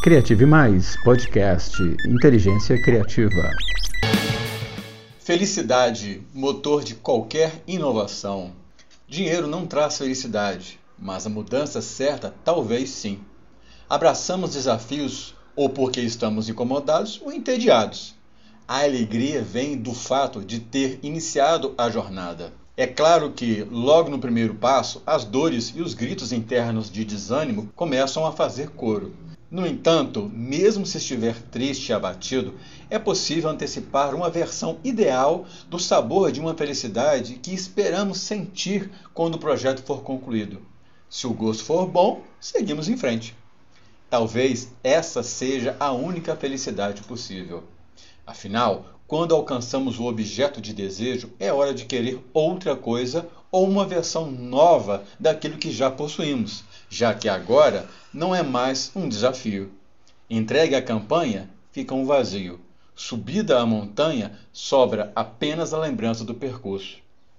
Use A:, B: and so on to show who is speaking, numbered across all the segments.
A: Criative Mais, podcast Inteligência Criativa.
B: Felicidade, motor de qualquer inovação. Dinheiro não traz felicidade, mas a mudança certa talvez sim. Abraçamos desafios ou porque estamos incomodados ou entediados. A alegria vem do fato de ter iniciado a jornada. É claro que, logo no primeiro passo, as dores e os gritos internos de desânimo começam a fazer coro. No entanto, mesmo se estiver triste e abatido, é possível antecipar uma versão ideal do sabor de uma felicidade que esperamos sentir quando o projeto for concluído. Se o gosto for bom, seguimos em frente. Talvez essa seja a única felicidade possível. Afinal, quando alcançamos o objeto de desejo, é hora de querer outra coisa ou uma versão nova daquilo que já possuímos, já que agora não é mais um desafio. Entregue a campanha, fica um vazio. Subida a montanha, sobra apenas a lembrança do percurso.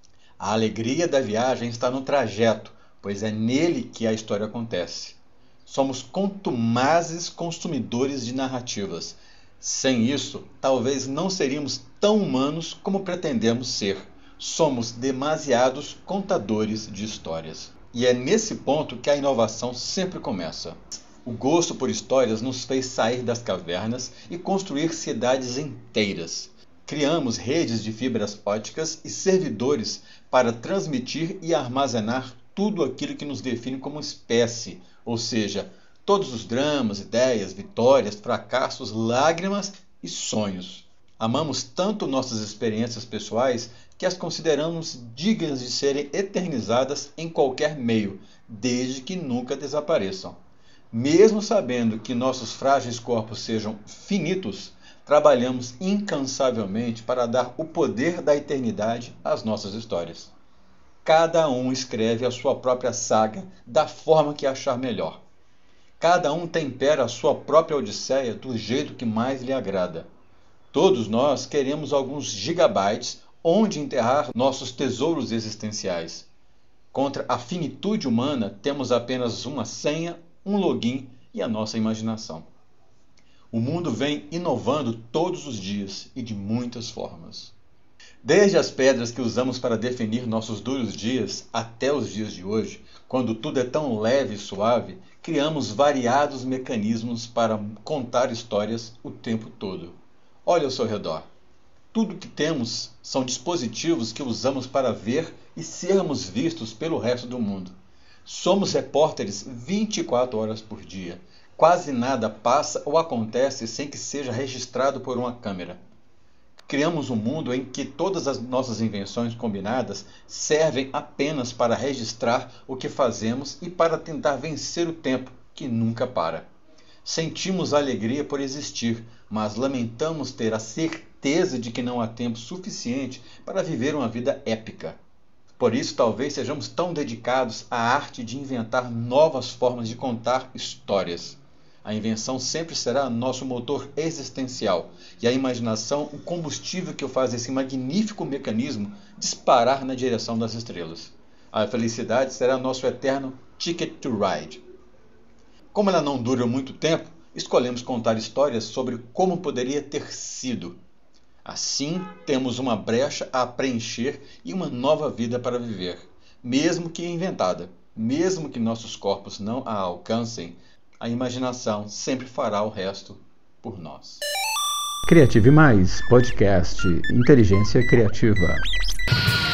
B: A alegria da viagem está no trajeto, pois é nele que a história acontece. Somos contumazes consumidores de narrativas. Sem isso, talvez não seríamos tão humanos como pretendemos ser. Somos demasiados contadores de histórias. E é nesse ponto que a inovação sempre começa. O gosto por histórias nos fez sair das cavernas e construir cidades inteiras. Criamos redes de fibras óticas e servidores para transmitir e armazenar tudo aquilo que nos define como espécie, ou seja, todos os dramas, ideias, vitórias, fracassos, lágrimas e sonhos. Amamos tanto nossas experiências pessoais que as consideramos dignas de serem eternizadas em qualquer meio, desde que nunca desapareçam. Mesmo sabendo que nossos frágeis corpos sejam finitos, trabalhamos incansavelmente para dar o poder da eternidade às nossas histórias. Cada um escreve a sua própria saga da forma que achar melhor. Cada um tempera a sua própria odisseia do jeito que mais lhe agrada. Todos nós queremos alguns gigabytes onde enterrar nossos tesouros existenciais. Contra a finitude humana, temos apenas uma senha, um login e a nossa imaginação. O mundo vem inovando todos os dias e de muitas formas. Desde as pedras que usamos para definir nossos duros dias até os dias de hoje, quando tudo é tão leve e suave, criamos variados mecanismos para contar histórias o tempo todo. Olhe ao seu redor. Tudo que temos são dispositivos que usamos para ver e sermos vistos pelo resto do mundo. Somos repórteres 24 horas por dia. Quase nada passa ou acontece sem que seja registrado por uma câmera. Criamos um mundo em que todas as nossas invenções combinadas servem apenas para registrar o que fazemos e para tentar vencer o tempo, que nunca para. Sentimos alegria por existir, mas lamentamos ter a certeza de que não há tempo suficiente para viver uma vida épica. Por isso, talvez sejamos tão dedicados à arte de inventar novas formas de contar histórias. A invenção sempre será nosso motor existencial e a imaginação o combustível que faz esse magnífico mecanismo disparar na direção das estrelas. A felicidade será nosso eterno ticket to ride. Como ela não dura muito tempo, escolhemos contar histórias sobre como poderia ter sido. Assim, temos uma brecha a preencher e uma nova vida para viver, mesmo que inventada. Mesmo que nossos corpos não a alcancem, a imaginação sempre fará o resto por nós.
A: Criative Mais, podcast Inteligência Criativa.